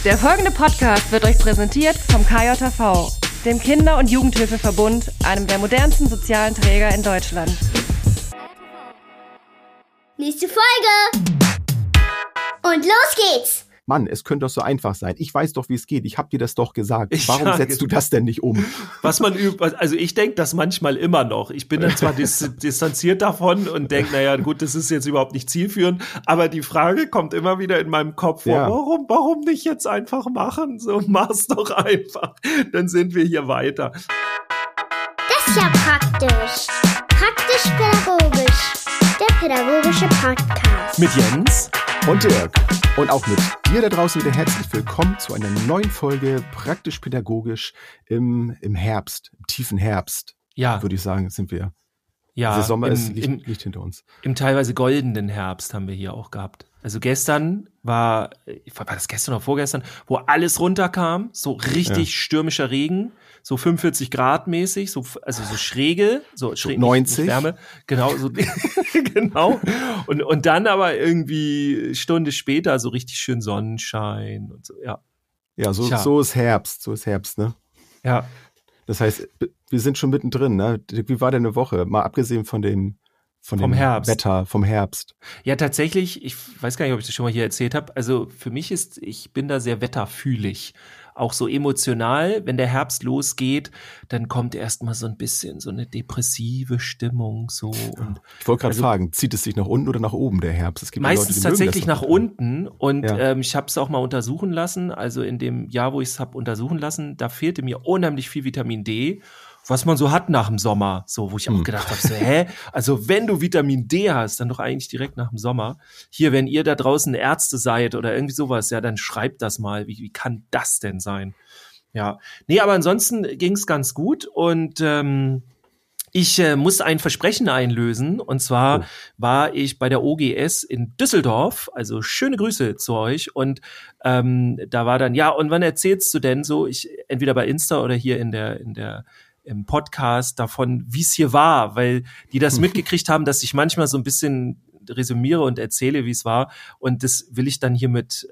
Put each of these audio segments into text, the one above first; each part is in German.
Der folgende Podcast wird euch präsentiert vom KJV, dem Kinder- und Jugendhilfeverbund, einem der modernsten sozialen Träger in Deutschland. Nächste Folge! Und los geht's! Mann, es könnte doch so einfach sein. Ich weiß doch, wie es geht. Ich hab dir das doch gesagt. Warum setzt du das denn nicht um? Also ich denke das manchmal immer noch. Ich bin dann zwar distanziert davon und denke, naja, gut, das ist jetzt überhaupt nicht zielführend, aber die Frage kommt immer wieder in meinem Kopf vor, warum nicht jetzt einfach machen? So, mach's doch einfach. Dann sind wir hier weiter. Das ist ja praktisch. Praktisch-pädagogisch. Der pädagogische Podcast. Mit Jens und Dirk. Und auch mit dir da draußen wieder herzlich willkommen zu einer neuen Folge Praktisch-pädagogisch im Herbst, im tiefen Herbst. Ja. Würde ich sagen, sind wir. Ja. Der Sommer liegt hinter uns. Im teilweise goldenen Herbst haben wir hier auch gehabt. Also gestern war das gestern oder vorgestern, wo alles runterkam, so richtig stürmischer Regen, so 45 Grad mäßig, also so schräge, so schräg, 90 nicht Wärme, genau, so genau. Und dann aber irgendwie eine Stunde später so richtig schön Sonnenschein und so, ja. Ja, so ist Herbst, ne? Ja. Das heißt, wir sind schon mittendrin, ne? Wie war denn eine Woche? Mal abgesehen vom Herbst. Wetter, vom Herbst. Ja, tatsächlich, ich weiß gar nicht, ob ich das schon mal hier erzählt habe, also für mich ich bin da sehr wetterfühlig, auch so emotional, wenn der Herbst losgeht, dann kommt erstmal so ein bisschen so eine depressive Stimmung, so. Und ich wollte gerade fragen, zieht es sich nach unten oder nach oben, der Herbst? Es gibt meistens Leute, tatsächlich nach unten und ja. Ich habe es auch mal untersuchen lassen, also in dem Jahr, wo ich es habe untersuchen lassen, da fehlte mir unheimlich viel Vitamin D, was man so hat nach dem Sommer, so, wo ich auch gedacht habe, so, also wenn du Vitamin D hast, dann doch eigentlich direkt nach dem Sommer. Hier, wenn ihr da draußen Ärzte seid oder irgendwie sowas, ja, dann schreibt das mal, wie kann das denn sein? Ja, nee, aber ansonsten ging's ganz gut und ich muss ein Versprechen einlösen und zwar war ich bei der OGS in Düsseldorf, also schöne Grüße zu euch und da war dann, ja, und wann erzählst du denn so, entweder bei Insta oder hier im Podcast davon, wie es hier war, weil die das mitgekriegt haben, dass ich manchmal so ein bisschen resümiere und erzähle, wie es war und das will ich dann hiermit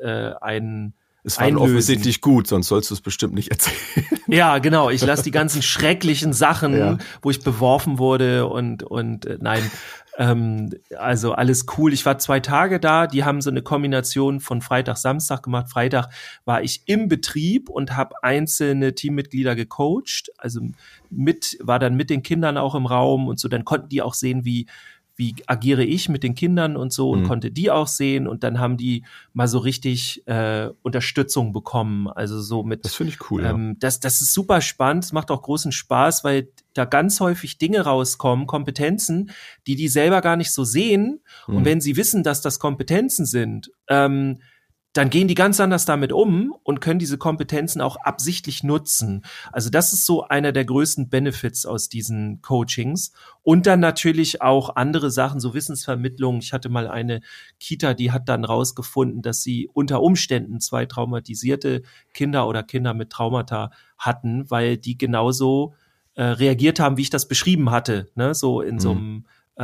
es war offensichtlich gut, sonst sollst du es bestimmt nicht erzählen. Ja, genau. Ich lasse die ganzen schrecklichen Sachen, wo ich beworfen wurde und nein, also alles cool. Ich war 2 Tage da. Die haben so eine Kombination von Freitag, Samstag gemacht. Freitag war ich im Betrieb und habe einzelne Teammitglieder gecoacht. Also war dann mit den Kindern auch im Raum und so. Dann konnten die auch sehen, wie agiere ich mit den Kindern und so und konnte die auch sehen und dann haben die mal so richtig Unterstützung bekommen, also so mit. Das finde ich cool, das ist super spannend, es macht auch großen Spaß, weil da ganz häufig Dinge rauskommen, Kompetenzen, die selber gar nicht so sehen und wenn sie wissen, dass das Kompetenzen sind, dann gehen die ganz anders damit um und können diese Kompetenzen auch absichtlich nutzen. Also das ist so einer der größten Benefits aus diesen Coachings. Und dann natürlich auch andere Sachen, so Wissensvermittlung. Ich hatte mal eine Kita, die hat dann rausgefunden, dass sie unter Umständen 2 traumatisierte Kinder oder Kinder mit Traumata hatten, weil die genauso reagiert haben, wie ich das beschrieben hatte, ne? So in so einem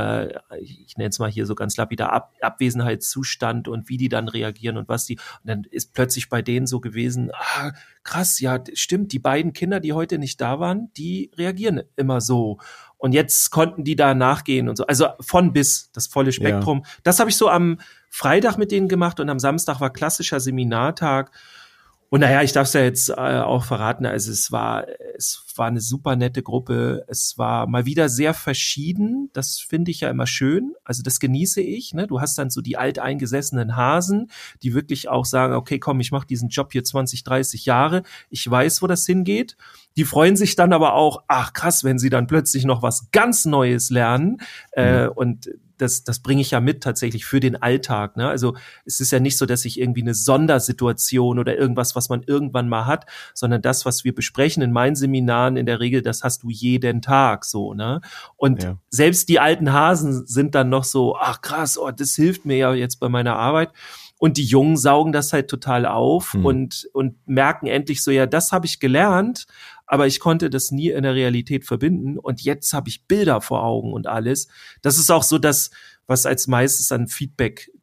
ich nenne es mal hier so ganz lapidar, Abwesenheitszustand und wie die dann reagieren und was und dann ist plötzlich bei denen so gewesen, krass, ja, stimmt, die beiden Kinder, die heute nicht da waren, die reagieren immer so. Und jetzt konnten die da nachgehen und so. Also von bis, das volle Spektrum. Ja. Das habe ich so am Freitag mit denen gemacht und am Samstag war klassischer Seminartag. Und naja, ich darf es ja jetzt auch verraten, also es war eine super nette Gruppe, es war mal wieder sehr verschieden, das finde ich ja immer schön, also das genieße ich, ne? Du hast dann so die alteingesessenen Hasen, die wirklich auch sagen, okay, komm, ich mache diesen Job hier 20, 30 Jahre, ich weiß, wo das hingeht. Die freuen sich dann aber auch, ach krass, wenn sie dann plötzlich noch was ganz Neues lernen und das bringe ich ja mit tatsächlich für den Alltag, ne? Also es ist ja nicht so, dass ich irgendwie eine Sondersituation oder irgendwas, was man irgendwann mal hat, sondern das, was wir besprechen in meinen Seminaren in der Regel, das hast du jeden Tag so, ne? Und selbst die alten Hasen sind dann noch so, ach krass, das hilft mir ja jetzt bei meiner Arbeit. Und die Jungen saugen das halt total auf und merken endlich so, ja, das habe ich gelernt, aber ich konnte das nie in der Realität verbinden und jetzt habe ich Bilder vor Augen und alles. Das ist auch so das, was als meistes an Feedback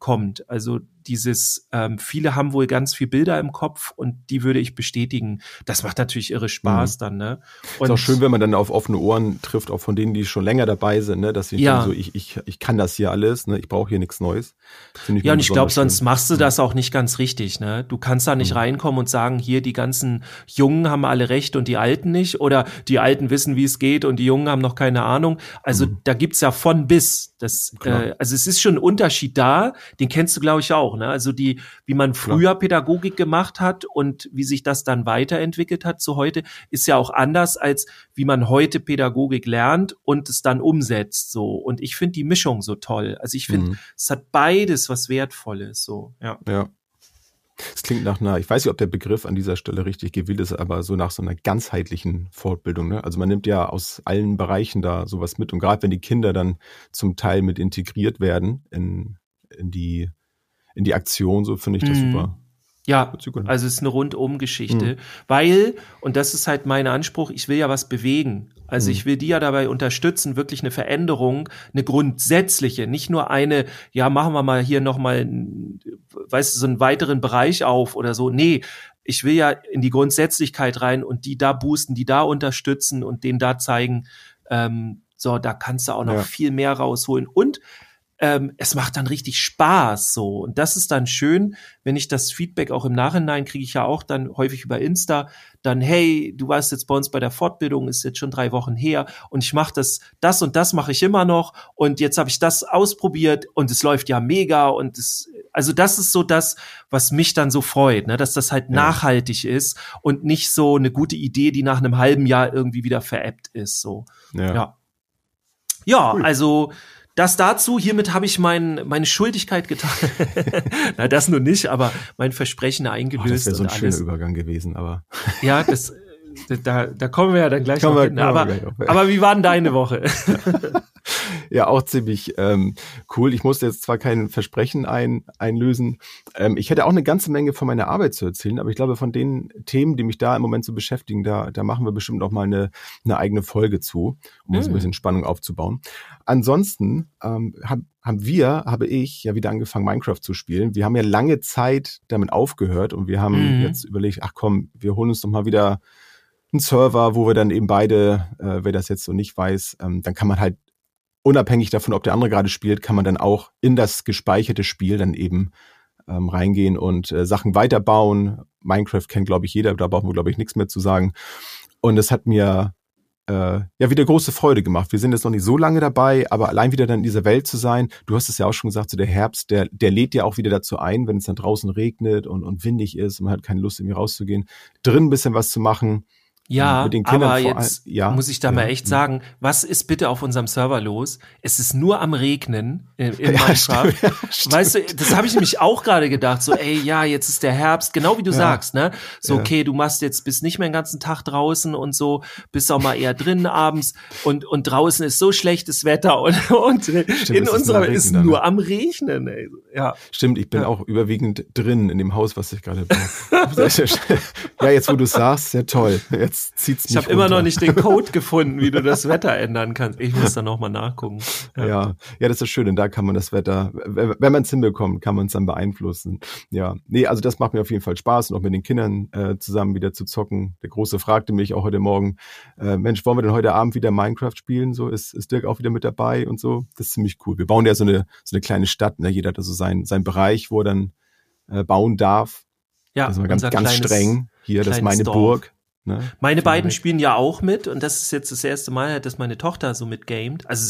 kommt. Also dieses, viele haben wohl ganz viel Bilder im Kopf und die würde ich bestätigen. Das macht natürlich irre Spaß dann, ne? Und ist auch schön, wenn man dann auf offene Ohren trifft, auch von denen, die schon länger dabei sind, ne? Dass sie denken, so, ich kann das hier alles, ne? Ich brauche hier nichts Neues. Ja, und ich glaube, sonst machst du das auch nicht ganz richtig, ne? Du kannst da nicht reinkommen und sagen, hier, die ganzen Jungen haben alle recht und die Alten nicht, oder die Alten wissen, wie es geht und die Jungen haben noch keine Ahnung. Also da gibt's ja von bis. Also es ist schon ein Unterschied da, den kennst du, glaube ich, auch, ne? Also wie man früher Pädagogik gemacht hat und wie sich das dann weiterentwickelt hat zu heute, ist ja auch anders, als wie man heute Pädagogik lernt und es dann umsetzt, so. Und ich finde die Mischung so toll. Also ich finde, es hat beides was Wertvolles, so, ja. Ja. Es klingt nach ich weiß nicht, ob der Begriff an dieser Stelle richtig gewählt ist, aber so nach so einer ganzheitlichen Fortbildung, ne? Also man nimmt ja aus allen Bereichen da sowas mit, und gerade wenn die Kinder dann zum Teil mit integriert werden in die Aktion, so finde ich das super. Ja, also es ist eine Rundum-Geschichte, weil, und das ist halt mein Anspruch, ich will ja was bewegen. Also ich will die ja dabei unterstützen, wirklich eine Veränderung, eine grundsätzliche, nicht nur eine, ja, machen wir mal hier nochmal, weißt du, so einen weiteren Bereich auf oder so. Nee, ich will ja in die Grundsätzlichkeit rein und die da boosten, die da unterstützen und denen da zeigen, so, da kannst du auch noch viel mehr rausholen. Und es macht dann richtig Spaß, so. Und das ist dann schön, wenn ich das Feedback auch im Nachhinein kriege, ich ja auch dann häufig über Insta, dann, hey, du warst jetzt bei uns bei der Fortbildung, ist jetzt schon 3 Wochen her und ich mache das und das mache ich immer noch und jetzt habe ich das ausprobiert und es läuft ja mega und also das ist so das, was mich dann so freut, ne, dass das halt nachhaltig ist und nicht so eine gute Idee, die nach einem halben Jahr irgendwie wieder veräppt ist, so. Ja, cool. Also das dazu, hiermit habe ich meine Schuldigkeit getan. Na, das nur nicht, aber mein Versprechen eingelöst. Das wäre so ein schöner Übergang gewesen, aber. Ja, da kommen wir ja dann gleich noch hin. Aber wie war denn deine Woche? Ja, auch ziemlich cool. Ich musste jetzt zwar kein Versprechen einlösen. Ich hätte auch eine ganze Menge von meiner Arbeit zu erzählen, aber ich glaube, von den Themen, die mich da im Moment so beschäftigen, da machen wir bestimmt auch mal eine eigene Folge zu, um uns ein bisschen Spannung aufzubauen. Ansonsten habe ich ja wieder angefangen, Minecraft zu spielen. Wir haben ja lange Zeit damit aufgehört und wir haben jetzt überlegt, ach komm, wir holen uns doch mal wieder einen Server, wo wir dann eben beide, wer das jetzt so nicht weiß, dann kann man halt unabhängig davon, ob der andere gerade spielt, kann man dann auch in das gespeicherte Spiel dann eben reingehen und Sachen weiterbauen. Minecraft kennt, glaube ich, jeder, da brauchen wir, glaube ich, nichts mehr zu sagen. Und es hat mir wieder große Freude gemacht. Wir sind jetzt noch nicht so lange dabei, aber allein wieder dann in dieser Welt zu sein, du hast es ja auch schon gesagt, so der Herbst, der lädt ja auch wieder dazu ein, wenn es dann draußen regnet und windig ist und man hat keine Lust, irgendwie rauszugehen, drin ein bisschen was zu machen. Ja, mit den Kindern aber jetzt muss ich da mal echt sagen, was ist bitte auf unserem Server los? Es ist nur am Regnen in Minecraft. Stimmt. Weißt du, das habe ich nämlich auch gerade gedacht, so ey, ja, jetzt ist der Herbst, genau wie du sagst, ne? So, okay, du bist nicht mehr den ganzen Tag draußen und so, bist auch mal eher drinnen abends und draußen ist so schlechtes Wetter und stimmt, in unserer ist nur am Regnen, ey. Ja. Stimmt, ich bin auch überwiegend drin in dem Haus, was ich gerade baue. Ja, jetzt wo du sagst, sehr toll. Jetzt zieht's mich Ich habe immer noch nicht den Code gefunden, wie du das Wetter ändern kannst. Ich muss da nochmal nachgucken. Ja, das ist schön, denn da kann man das Wetter, wenn man es hinbekommt, kann man es dann beeinflussen. Ja, nee, also das macht mir auf jeden Fall Spaß und auch mit den Kindern zusammen wieder zu zocken. Der Große fragte mich auch heute Morgen, Mensch, wollen wir denn heute Abend wieder Minecraft spielen? So, ist Dirk auch wieder mit dabei und so. Das ist ziemlich cool. Wir bauen ja so eine kleine Stadt, ne? Jeder hat also seinen Bereich, wo er dann bauen darf. Ja, das ist ganz streng. Hier, das ist meine Dorf. Burg. Ne? Meine beiden spielen ja auch mit und das ist jetzt das erste Mal, dass meine Tochter so mitgamet. Also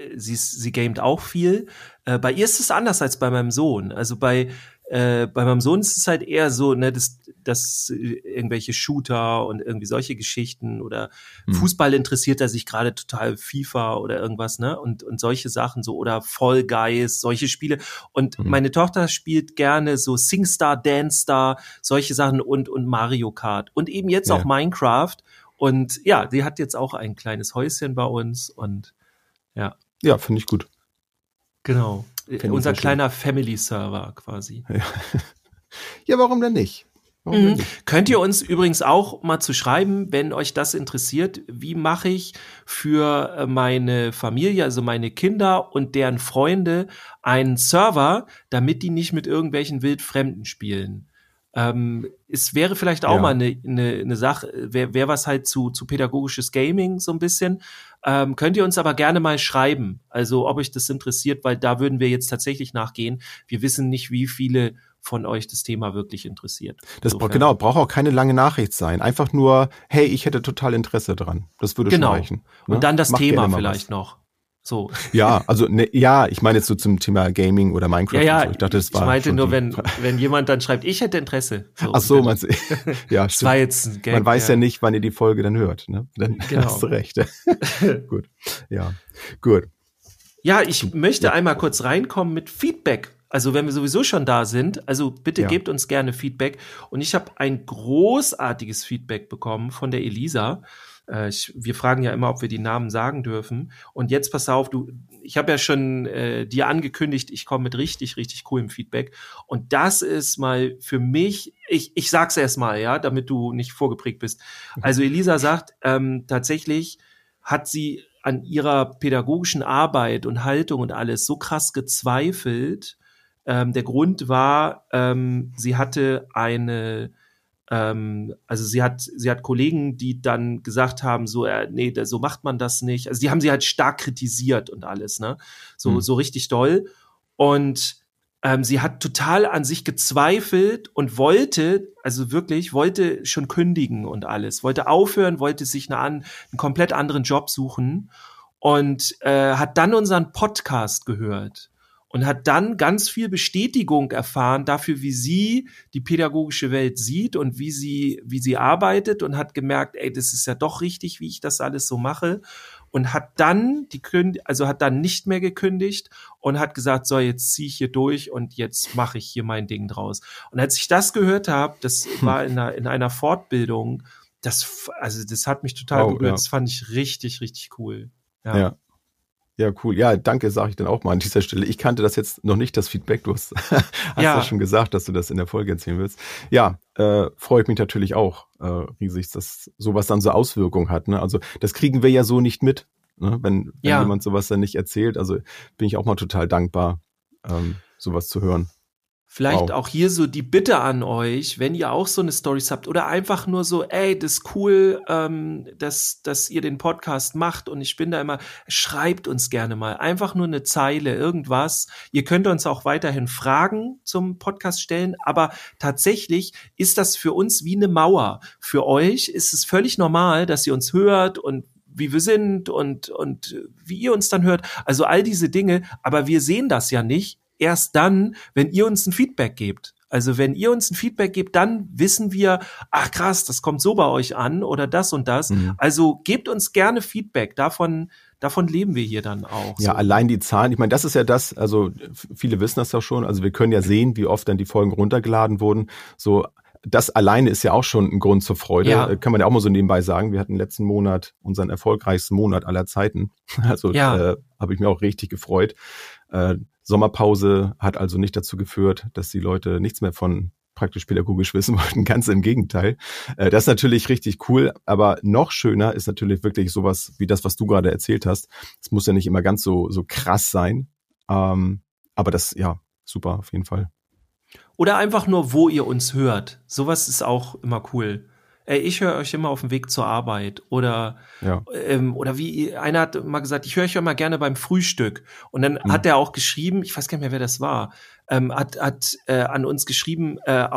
sie gamet auch viel. Bei ihr ist es anders als bei meinem Sohn. Also bei meinem Sohn ist es halt eher so, ne, dass irgendwelche Shooter und irgendwie solche Geschichten oder Fußball interessiert er sich gerade total, FIFA oder irgendwas, ne, und solche Sachen so oder Fall Guys, solche Spiele. Und meine Tochter spielt gerne so SingStar, DanceStar, solche Sachen und Mario Kart und eben jetzt auch Minecraft. Und ja, die hat jetzt auch ein kleines Häuschen bei uns und ja. Ja, finde ich gut. Genau. Unser kleiner Family-Server quasi. Ja, warum denn nicht? Könnt ihr uns übrigens auch mal zu schreiben, wenn euch das interessiert, wie mache ich für meine Familie, also meine Kinder und deren Freunde einen Server, damit die nicht mit irgendwelchen Wildfremden spielen. Es wäre vielleicht auch mal eine Sache, wär was halt zu pädagogisches Gaming so ein bisschen. Könnt ihr uns aber gerne mal schreiben, also ob euch das interessiert, weil da würden wir jetzt tatsächlich nachgehen. Wir wissen nicht, wie viele von euch das Thema wirklich interessiert. Das braucht auch keine lange Nachricht sein. Einfach nur, hey, ich hätte total Interesse dran. Das würde schon reichen. Ne? Und dann das Thema vielleicht noch. So. Ja, also ich meine jetzt so zum Thema Gaming oder Minecraft. Ja, so. Ich dachte, das war. Ich meinte nur, wenn jemand dann schreibt, ich hätte Interesse. Ach so, meinst du? Ja, das war jetzt ein Gag, man weiß ja nicht, wann ihr die Folge dann hört. Ne? Dann hast du recht. Gut. Ja, gut. Ja, ich möchte einmal kurz reinkommen mit Feedback. Also wenn wir sowieso schon da sind, also bitte gebt uns gerne Feedback. Und ich habe ein großartiges Feedback bekommen von der Elisa. Wir fragen ja immer, ob wir die Namen sagen dürfen. Und jetzt pass auf, ich habe ja schon dir angekündigt, ich komme mit richtig, richtig coolem Feedback. Und das ist mal für mich, ich sag's erst mal, ja, damit du nicht vorgeprägt bist. Also Elisa sagt, tatsächlich hat sie an ihrer pädagogischen Arbeit und Haltung und alles so krass gezweifelt. Der Grund war, sie hatte sie hat Kollegen, die dann gesagt haben, so, nee, so macht man das nicht. Also die haben sie halt stark kritisiert und alles, ne? So richtig doll. Und sie hat total an sich gezweifelt und wollte schon kündigen und alles. Wollte aufhören, wollte sich einen komplett anderen Job suchen und hat dann unseren Podcast gehört. Und hat dann ganz viel Bestätigung erfahren dafür, wie sie die pädagogische Welt sieht und wie sie arbeitet und hat gemerkt, ey, das ist ja doch richtig, wie ich das alles so mache. Und hat dann nicht mehr gekündigt und hat gesagt, so, jetzt ziehe ich hier durch und jetzt mache ich hier mein Ding draus. Und als ich das gehört habe, das war in einer Fortbildung, das hat mich total berührt. Ja. Das fand ich richtig, richtig cool. Ja. Ja, cool. Ja, danke, sage ich dann auch mal an dieser Stelle. Ich kannte das jetzt noch nicht, das Feedback. Du hast ja schon gesagt, dass du das in der Folge erzählen willst. Ja, freue ich mich natürlich auch riesig, dass sowas dann so Auswirkungen hat. Ne? Also das kriegen wir ja so nicht mit, ne? Wenn jemand sowas dann nicht erzählt. Also bin ich auch mal total dankbar, sowas zu hören. Vielleicht auch hier so die Bitte an euch, wenn ihr auch so eine Stories habt oder einfach nur so, ey, das ist cool, dass ihr den Podcast macht und ich bin da immer, schreibt uns gerne mal, einfach nur eine Zeile, irgendwas. Ihr könnt uns auch weiterhin Fragen zum Podcast stellen, aber tatsächlich ist das für uns wie eine Mauer. Für euch ist es völlig normal, dass ihr uns hört und wie wir sind und wie ihr uns dann hört. Also all diese Dinge, aber wir sehen das ja nicht. Erst dann, wenn ihr uns ein Feedback gebt. Also wenn ihr uns ein Feedback gebt, dann wissen wir, ach krass, das kommt so bei euch an oder das und das. Mhm. Also gebt uns gerne Feedback. Davon leben wir hier dann auch. Ja, so. Allein die Zahlen. Ich meine, das ist ja das, also viele wissen das ja schon. Also wir können ja sehen, wie oft dann die Folgen runtergeladen wurden. So, das alleine ist ja auch schon ein Grund zur Freude. Ja. Kann man ja auch mal so nebenbei sagen. Wir hatten letzten Monat unseren erfolgreichsten Monat aller Zeiten. Also habe ich mir auch richtig gefreut. Sommerpause hat also nicht dazu geführt, dass die Leute nichts mehr von praktisch pädagogisch wissen wollten. Ganz im Gegenteil. Das ist natürlich richtig cool, aber noch schöner ist natürlich wirklich sowas wie das, was du gerade erzählt hast. Es muss ja nicht immer ganz so krass sein, aber das, ja, super auf jeden Fall. Oder einfach nur, wo ihr uns hört. Sowas ist auch immer cool. Ich höre euch immer auf dem Weg zur Arbeit oder wie einer hat mal gesagt, ich höre euch immer gerne beim Frühstück und dann hat er auch geschrieben, ich weiß gar nicht mehr, wer das war, hat an uns geschrieben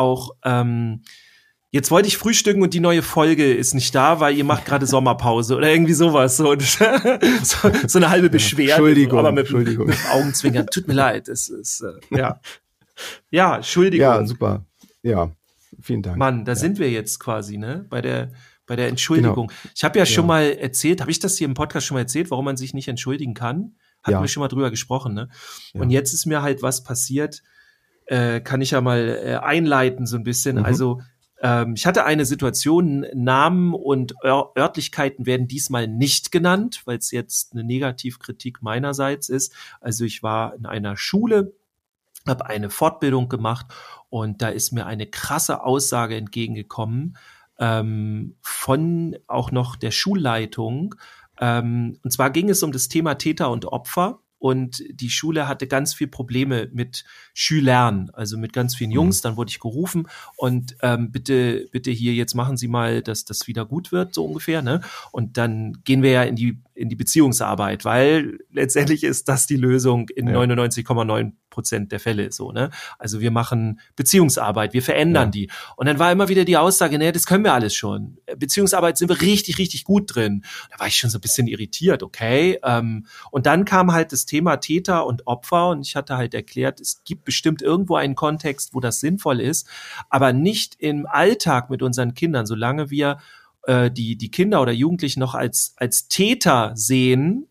jetzt wollte ich frühstücken und die neue Folge ist nicht da, weil ihr macht gerade Sommerpause oder irgendwie sowas. So eine halbe Beschwerde. Entschuldigung, aber mit Augenzwinkern. Tut mir leid. Es ist, Ja, Entschuldigung. Ja, super. Ja. Vielen Dank. Mann, da sind wir jetzt quasi, ne? Bei der Entschuldigung. Genau. Ich habe ja schon mal erzählt, habe ich das hier im Podcast schon mal erzählt, warum man sich nicht entschuldigen kann? Hatten wir schon mal drüber gesprochen, ne? Ja. Und jetzt ist mir halt was passiert, kann ich ja mal einleiten so ein bisschen. Mhm. Also ich hatte eine Situation, Namen und Örtlichkeiten werden diesmal nicht genannt, weil es jetzt eine Negativkritik meinerseits ist. Also ich war in einer Schule, habe eine Fortbildung gemacht und da ist mir eine krasse Aussage entgegengekommen von auch noch der Schulleitung. Und zwar ging es um das Thema Täter und Opfer. Und die Schule hatte ganz viel Probleme mit Schülern, also mit ganz vielen Jungs. Dann wurde ich gerufen und bitte hier, jetzt machen Sie mal, dass das wieder gut wird, so ungefähr. Ne? Und dann gehen wir ja in die Beziehungsarbeit, weil letztendlich ist das die Lösung in 99,9% der Fälle so. Ne? Also wir machen Beziehungsarbeit, wir verändern die. Und dann war immer wieder die Aussage, ne, das können wir alles schon. Beziehungsarbeit sind wir richtig, richtig gut drin. Da war ich schon so ein bisschen irritiert, okay. Und dann kam halt das Thema Täter und Opfer und ich hatte halt erklärt, es gibt bestimmt irgendwo einen Kontext, wo das sinnvoll ist, aber nicht im Alltag mit unseren Kindern, solange wir die Kinder oder Jugendlichen noch als Täter sehen,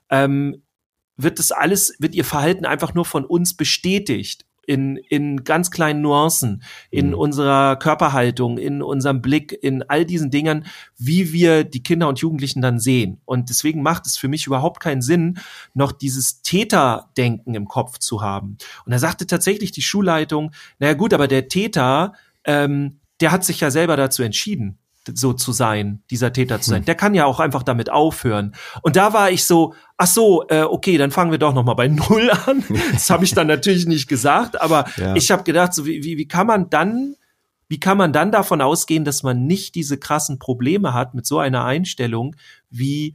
wird ihr Verhalten einfach nur von uns bestätigt. In ganz kleinen Nuancen, in unserer Körperhaltung, in unserem Blick, in all diesen Dingen, wie wir die Kinder und Jugendlichen dann sehen. Und deswegen macht es für mich überhaupt keinen Sinn, noch dieses Täterdenken im Kopf zu haben. Und da sagte tatsächlich die Schulleitung, naja gut, aber der Täter, der hat sich ja selber dazu entschieden, so zu sein, dieser Täter zu sein. Der kann ja auch einfach damit aufhören. Und da war ich so, ach so, okay, dann fangen wir doch noch mal bei Null an. Das habe ich dann natürlich nicht gesagt, aber ich habe gedacht, so wie kann man dann davon ausgehen, dass man nicht diese krassen Probleme hat mit so einer Einstellung wie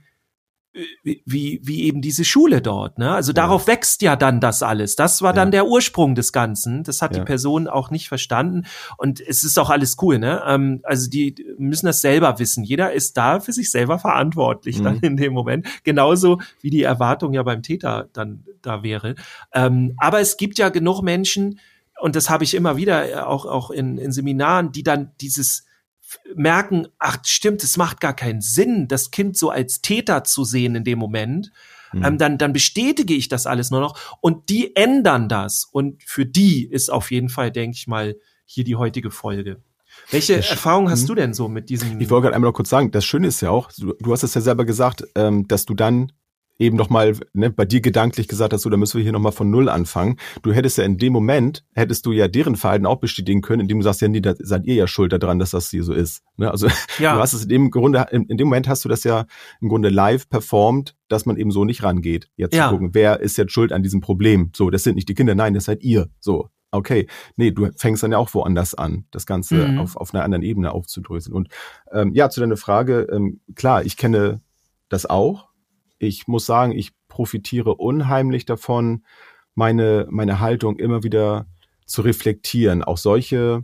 eben diese Schule dort, ne? Also darauf wächst ja dann das alles. Das war dann der Ursprung des Ganzen. Das hat die Person auch nicht verstanden. Und es ist auch alles cool, ne? Also die müssen das selber wissen. Jeder ist da für sich selber verantwortlich dann in dem Moment. Genauso wie die Erwartung ja beim Täter dann da wäre. Aber es gibt ja genug Menschen, und das habe ich immer wieder auch in Seminaren, die dann dieses merken, ach stimmt, es macht gar keinen Sinn, das Kind so als Täter zu sehen in dem Moment, dann bestätige ich das alles nur noch und die ändern das und für die ist auf jeden Fall, denke ich mal, hier die heutige Folge. Welche Erfahrung hast du denn so mit diesem? Ich wollte gerade einmal noch kurz sagen, das Schöne ist ja auch, du hast es ja selber gesagt, dass du dann eben nochmal bei dir gedanklich gesagt hast, so, da müssen wir hier nochmal von Null anfangen. Du hättest ja in dem Moment, hättest du ja deren Verhalten auch bestätigen können, indem du sagst, ja, nee, da seid ihr ja schuld daran, dass das hier so ist. Ne? Also du hast es in dem Moment hast du das ja im Grunde live performt, dass man eben so nicht rangeht. Jetzt zu gucken, wer ist jetzt schuld an diesem Problem? So, das sind nicht die Kinder, nein, das seid ihr. So, okay. Nee, du fängst dann ja auch woanders an, das Ganze auf einer anderen Ebene aufzudröseln. Und zu deiner Frage, klar, ich kenne das auch. Ich muss sagen, ich profitiere unheimlich davon, meine Haltung immer wieder zu reflektieren. Auch solche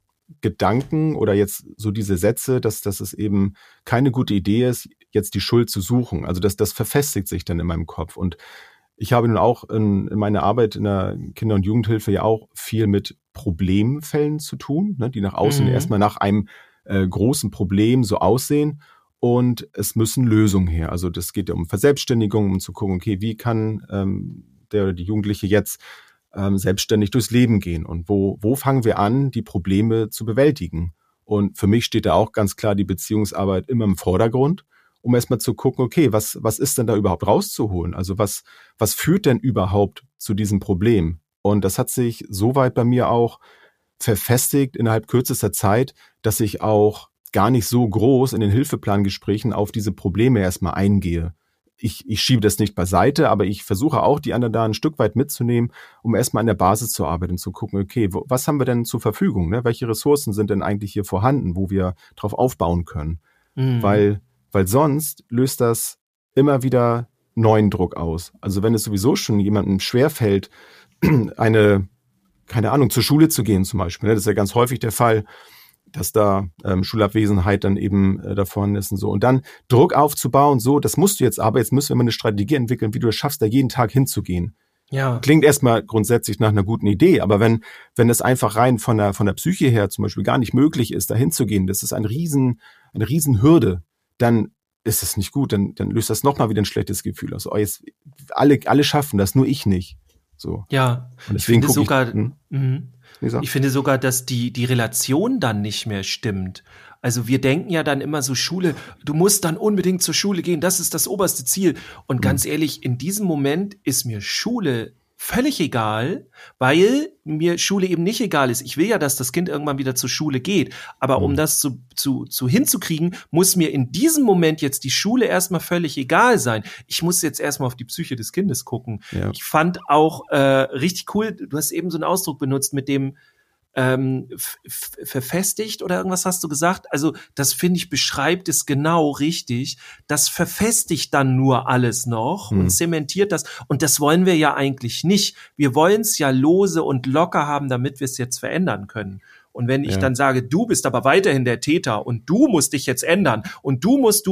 Gedanken oder jetzt so diese Sätze, dass es eben keine gute Idee ist, jetzt die Schuld zu suchen. Also das verfestigt sich dann in meinem Kopf. Und ich habe nun auch in meiner Arbeit in der Kinder- und Jugendhilfe ja auch viel mit Problemfällen zu tun, ne, die nach außen erstmal nach einem großen Problem so aussehen. Und es müssen Lösungen her. Also das geht ja um Verselbstständigung, um zu gucken, okay, wie kann der oder die Jugendliche jetzt selbstständig durchs Leben gehen? Und wo fangen wir an, die Probleme zu bewältigen? Und für mich steht da auch ganz klar die Beziehungsarbeit immer im Vordergrund, um erstmal zu gucken, okay, was ist denn da überhaupt rauszuholen? Also was führt denn überhaupt zu diesem Problem? Und das hat sich soweit bei mir auch verfestigt innerhalb kürzester Zeit, dass ich auch gar nicht so groß in den Hilfeplangesprächen auf diese Probleme erstmal eingehe. Ich schiebe das nicht beiseite, aber ich versuche auch, die anderen da ein Stück weit mitzunehmen, um erstmal an der Basis zu arbeiten und zu gucken, okay, was haben wir denn zur Verfügung? Ne? Welche Ressourcen sind denn eigentlich hier vorhanden, wo wir drauf aufbauen können? Weil sonst löst das immer wieder neuen Druck aus. Also wenn es sowieso schon jemandem schwerfällt, keine Ahnung, zur Schule zu gehen zum Beispiel, ne? Das ist ja ganz häufig der Fall, dass da Schulabwesenheit dann eben davon ist und so. Und dann Druck aufzubauen, so, das musst du jetzt müssen wir mal eine Strategie entwickeln, wie du es schaffst, da jeden Tag hinzugehen. Ja. Klingt erstmal grundsätzlich nach einer guten Idee, aber wenn es einfach rein von der Psyche her zum Beispiel gar nicht möglich ist, da hinzugehen, das ist eine riesen Hürde, dann ist es nicht gut, dann löst das nochmal wieder ein schlechtes Gefühl aus. Oh, jetzt, alle schaffen das, nur ich nicht. So. Ja, und deswegen ich finde sogar, dass die Relation dann nicht mehr stimmt. Also wir denken ja dann immer so, Schule, du musst dann unbedingt zur Schule gehen, das ist das oberste Ziel. Und ganz ehrlich, in diesem Moment ist mir Schule völlig egal, weil mir Schule eben nicht egal ist. Ich will ja, dass das Kind irgendwann wieder zur Schule geht. Aber um das zu hinzukriegen, muss mir in diesem Moment jetzt die Schule erstmal völlig egal sein. Ich muss jetzt erstmal auf die Psyche des Kindes gucken. Ja. Ich fand auch richtig cool, du hast eben so einen Ausdruck benutzt mit dem verfestigt oder irgendwas hast du gesagt. Also das, finde ich, beschreibt es genau richtig. Das verfestigt dann nur alles noch und zementiert das. Und das wollen wir ja eigentlich nicht. Wir wollen es ja lose und locker haben, damit wir es jetzt verändern können. Und wenn ich dann sage, du bist aber weiterhin der Täter und du musst dich jetzt ändern und du musst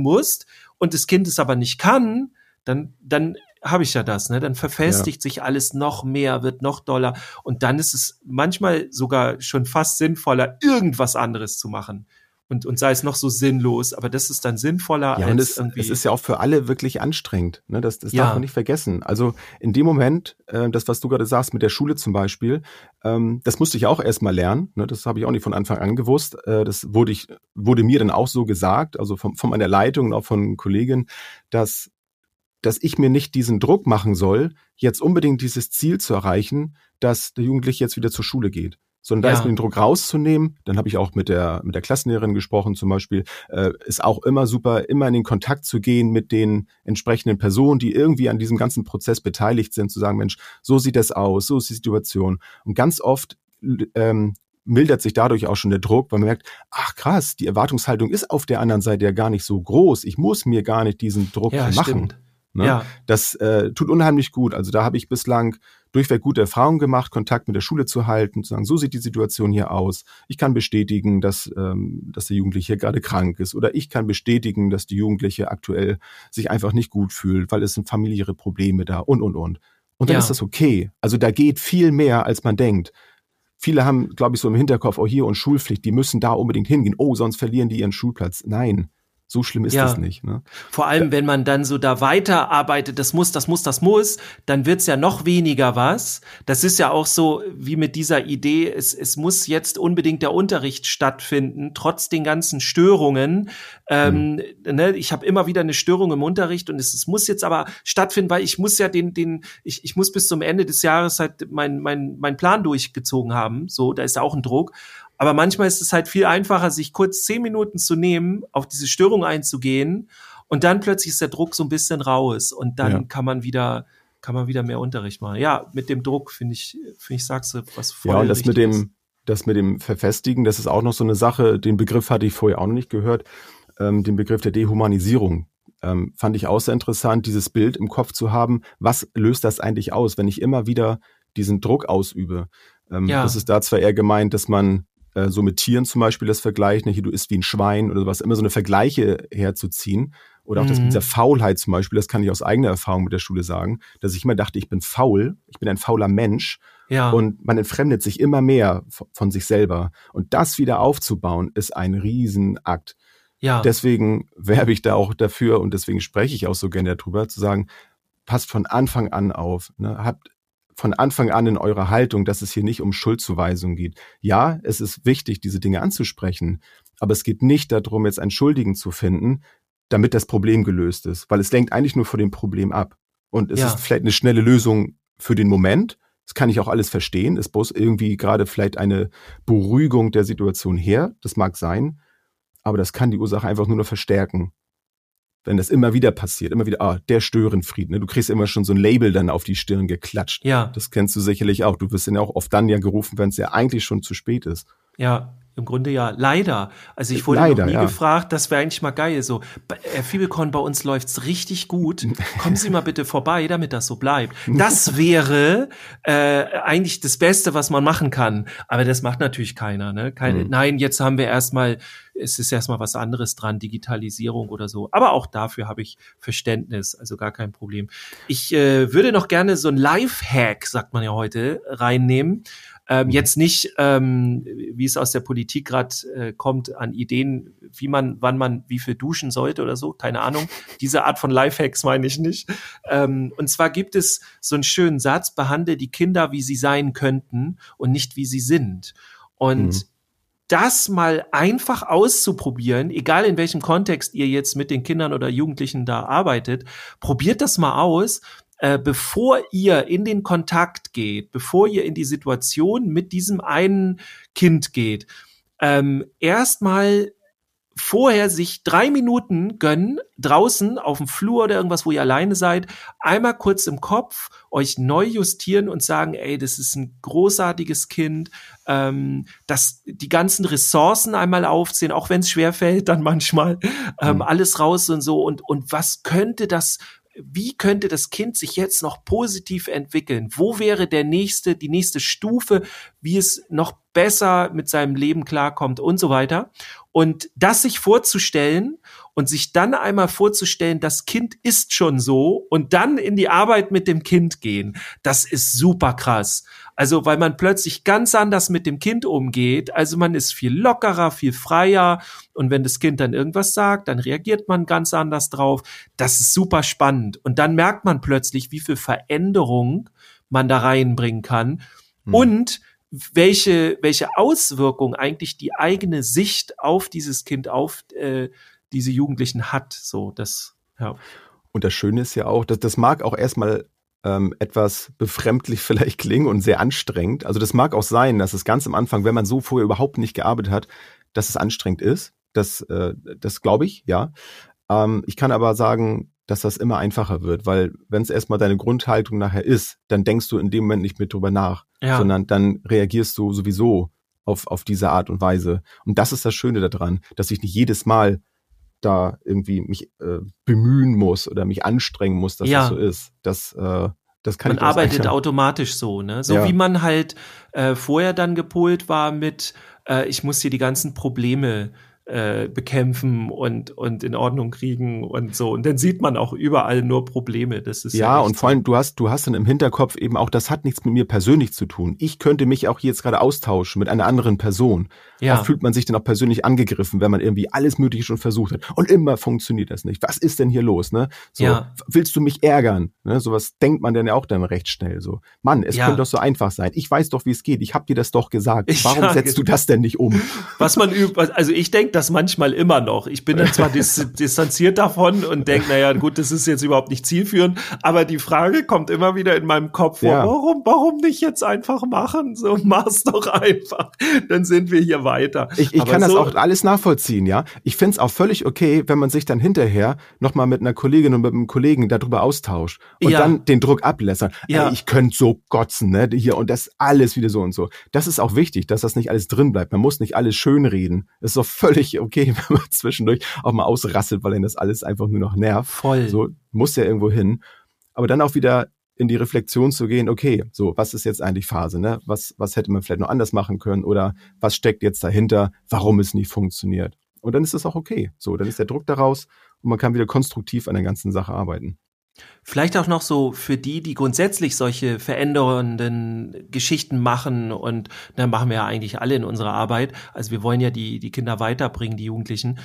und das Kind es aber nicht kann, dann habe ich ja das, ne? Dann verfestigt sich alles noch mehr, wird noch doller und dann ist es manchmal sogar schon fast sinnvoller, irgendwas anderes zu machen. Und sei es noch so sinnlos, aber das ist dann sinnvoller als irgendwie. Es ist ja auch für alle wirklich anstrengend, ne? Das darf man nicht vergessen. Also in dem Moment, das, was du gerade sagst mit der Schule zum Beispiel, das musste ich auch erstmal lernen, ne? Das habe ich auch nicht von Anfang an gewusst. Das wurde mir dann auch so gesagt, also von meiner Leitung und auch von Kolleginnen, dass ich mir nicht diesen Druck machen soll, jetzt unbedingt dieses Ziel zu erreichen, dass der Jugendliche jetzt wieder zur Schule geht. Sondern da ist mir den Druck rauszunehmen. Dann habe ich auch mit der Klassenlehrerin gesprochen zum Beispiel. Ist auch immer super, immer in den Kontakt zu gehen mit den entsprechenden Personen, die irgendwie an diesem ganzen Prozess beteiligt sind, zu sagen, Mensch, so sieht das aus, so ist die Situation. Und ganz oft mildert sich dadurch auch schon der Druck, weil man merkt, ach krass, die Erwartungshaltung ist auf der anderen Seite ja gar nicht so groß. Ich muss mir gar nicht diesen Druck machen. Stimmt. Ne? Ja. Das tut unheimlich gut. Also da habe ich bislang durchweg gute Erfahrungen gemacht, Kontakt mit der Schule zu halten, zu sagen, so sieht die Situation hier aus. Ich kann bestätigen, dass der Jugendliche gerade krank ist. Oder ich kann bestätigen, dass die Jugendliche aktuell sich einfach nicht gut fühlt, weil es sind familiäre Probleme da und. Und dann ist das okay. Also da geht viel mehr, als man denkt. Viele haben, glaube ich, so im Hinterkopf, oh hier und Schulpflicht, die müssen da unbedingt hingehen. Oh, sonst verlieren die ihren Schulplatz. Nein. So schlimm ist das nicht. Ne? Vor allem, wenn man dann so da weiterarbeitet, das muss, dann wird's ja noch weniger was. Das ist ja auch so wie mit dieser Idee, es muss jetzt unbedingt der Unterricht stattfinden, trotz den ganzen Störungen. Ne, ich habe immer wieder eine Störung im Unterricht und es muss jetzt aber stattfinden, weil ich muss ja ich muss bis zum Ende des Jahres halt mein Plan durchgezogen haben. So, da ist ja auch ein Druck. Aber manchmal ist es halt viel einfacher, sich kurz 10 Minuten zu nehmen, auf diese Störung einzugehen und dann plötzlich ist der Druck so ein bisschen raus und dann kann man wieder mehr Unterricht machen. Ja, mit dem Druck finde ich, sagst du was voll und das mit dem Verfestigen, das ist auch noch so eine Sache, den Begriff hatte ich vorher auch noch nicht gehört, den Begriff der Dehumanisierung. Fand ich auch sehr interessant, dieses Bild im Kopf zu haben, was löst das eigentlich aus, wenn ich immer wieder diesen Druck ausübe. Das ist da zwar eher gemeint, dass man so mit Tieren zum Beispiel das Vergleich, ne, hier du isst wie ein Schwein oder sowas, immer so eine Vergleiche herzuziehen. Oder auch das mit dieser Faulheit zum Beispiel, das kann ich aus eigener Erfahrung mit der Schule sagen, dass ich immer dachte, ich bin faul, ich bin ein fauler Mensch und man entfremdet sich immer mehr von sich selber. Und das wieder aufzubauen, ist ein Riesenakt. Ja. Deswegen werbe ich da auch dafür und deswegen spreche ich auch so gerne darüber, zu sagen, passt von Anfang an auf, ne, habt von Anfang an in eurer Haltung, dass es hier nicht um Schuldzuweisung geht. Ja, es ist wichtig, diese Dinge anzusprechen, aber es geht nicht darum, jetzt einen Schuldigen zu finden, damit das Problem gelöst ist, weil es lenkt eigentlich nur von dem Problem ab. Und es ist vielleicht eine schnelle Lösung für den Moment. Das kann ich auch alles verstehen. Es muss irgendwie gerade vielleicht eine Beruhigung der Situation her. Das mag sein, aber das kann die Ursache einfach nur noch verstärken. Wenn das immer wieder passiert, immer wieder, der Störenfried, ne? Du kriegst immer schon so ein Label dann auf die Stirn geklatscht. Ja. Das kennst du sicherlich auch. Du wirst dann ja auch oft dann gerufen, wenn es ja eigentlich schon zu spät ist. Ja, im Grunde ja, leider. Also ich wurde noch nie gefragt, das wäre eigentlich mal geil. So, Herr Fiebelkorn, bei uns läuft's richtig gut. Kommen Sie mal bitte vorbei, damit das so bleibt. Das wäre eigentlich das Beste, was man machen kann. Aber das macht natürlich keiner. Ne? Nein, jetzt haben wir es ist erstmal was anderes dran, Digitalisierung oder so. Aber auch dafür habe ich Verständnis, also gar kein Problem. Ich würde noch gerne so ein Lifehack, sagt man ja heute, reinnehmen. Jetzt nicht, wie es aus der Politik gerade kommt, an Ideen, wann man wie viel duschen sollte oder so, keine Ahnung. Diese Art von Lifehacks meine ich nicht. Und zwar gibt es so einen schönen Satz, behandle die Kinder, wie sie sein könnten und nicht wie sie sind. Und das mal einfach auszuprobieren, egal in welchem Kontext ihr jetzt mit den Kindern oder Jugendlichen da arbeitet, probiert das mal aus. bevor ihr in den Kontakt geht, bevor ihr in die Situation mit diesem einen Kind geht, erstmal vorher sich 3 Minuten gönnen, draußen auf dem Flur oder irgendwas, wo ihr alleine seid, einmal kurz im Kopf euch neu justieren und sagen, ey, das ist ein großartiges Kind, dass die ganzen Ressourcen einmal aufzählen, auch wenn es schwerfällt dann manchmal, alles raus und so und was könnte wie könnte das Kind sich jetzt noch positiv entwickeln? Wo wäre die nächste Stufe, wie es noch besser mit seinem Leben klarkommt und so weiter? Und das sich vorzustellen und sich dann einmal vorzustellen, das Kind ist schon so und dann in die Arbeit mit dem Kind gehen, das ist super krass. Also, weil man plötzlich ganz anders mit dem Kind umgeht. Also man ist viel lockerer, viel freier und wenn das Kind dann irgendwas sagt, dann reagiert man ganz anders drauf. Das ist super spannend. Und dann merkt man plötzlich, wie viel Veränderung man da reinbringen kann und welche Auswirkung eigentlich die eigene Sicht auf dieses Kind, auf diese Jugendlichen hat. So, das, ja. Und das Schöne ist ja auch, dass das mag auch erstmal etwas befremdlich vielleicht klingen und sehr anstrengend. Also das mag auch sein, dass es ganz am Anfang, wenn man so vorher überhaupt nicht gearbeitet hat, dass es anstrengend ist. Das glaube ich, ja. Ich kann aber sagen, dass das immer einfacher wird, weil wenn es erstmal deine Grundhaltung nachher ist, dann denkst du in dem Moment nicht mehr drüber nach, sondern dann reagierst du sowieso auf diese Art und Weise. Und das ist das Schöne daran, dass ich nicht jedes Mal da irgendwie mich bemühen muss oder mich anstrengen muss, dass das so ist. Das kann man arbeitet automatisch so, ne? So wie man halt vorher dann gepolt war mit ich muss hier die ganzen Probleme bekämpfen und in Ordnung kriegen und so. Und dann sieht man auch überall nur Probleme. Das ist ja und vor allem, du hast dann im Hinterkopf eben auch, das hat nichts mit mir persönlich zu tun. Ich könnte mich auch jetzt gerade austauschen mit einer anderen Person. Ja. Da fühlt man sich dann auch persönlich angegriffen, wenn man irgendwie alles Mögliche schon versucht hat. Und immer funktioniert das nicht. Was ist denn hier los, ne? So, willst du mich ärgern? Ne? Sowas denkt man dann ja auch dann recht schnell so. Mann, es könnte doch so einfach sein. Ich weiß doch, wie es geht. Ich habe dir das doch gesagt. Warum setzt du das denn nicht um? Also ich denke das manchmal immer noch. Ich bin dann zwar distanziert davon und denke, naja, gut, das ist jetzt überhaupt nicht zielführend, aber die Frage kommt immer wieder in meinem Kopf vor, warum nicht jetzt einfach machen? So, mach's doch einfach. Dann sind wir hier weiter. Ich kann das auch alles nachvollziehen, ja. Ich find's auch völlig okay, wenn man sich dann hinterher nochmal mit einer Kollegin und mit einem Kollegen darüber austauscht und dann den Druck ablässern. Ey, ich könnte so kotzen, ne, hier und das alles wieder so und so. Das ist auch wichtig, dass das nicht alles drin bleibt. Man muss nicht alles schönreden. Das ist doch völlig okay, wenn man zwischendurch auch mal ausrasselt, weil ihn das alles einfach nur noch nervt. Voll. So, muss ja irgendwo hin. Aber dann auch wieder in die Reflexion zu gehen, okay, so, was ist jetzt eigentlich Phase, ne? Was hätte man vielleicht noch anders machen können oder was steckt jetzt dahinter, warum es nicht funktioniert? Und dann ist es auch okay. So, dann ist der Druck daraus und man kann wieder konstruktiv an der ganzen Sache arbeiten. Vielleicht auch noch so für die grundsätzlich solche verändernden Geschichten machen und dann machen wir ja eigentlich alle in unserer Arbeit. Also wir wollen ja die Kinder weiterbringen, die Jugendlichen.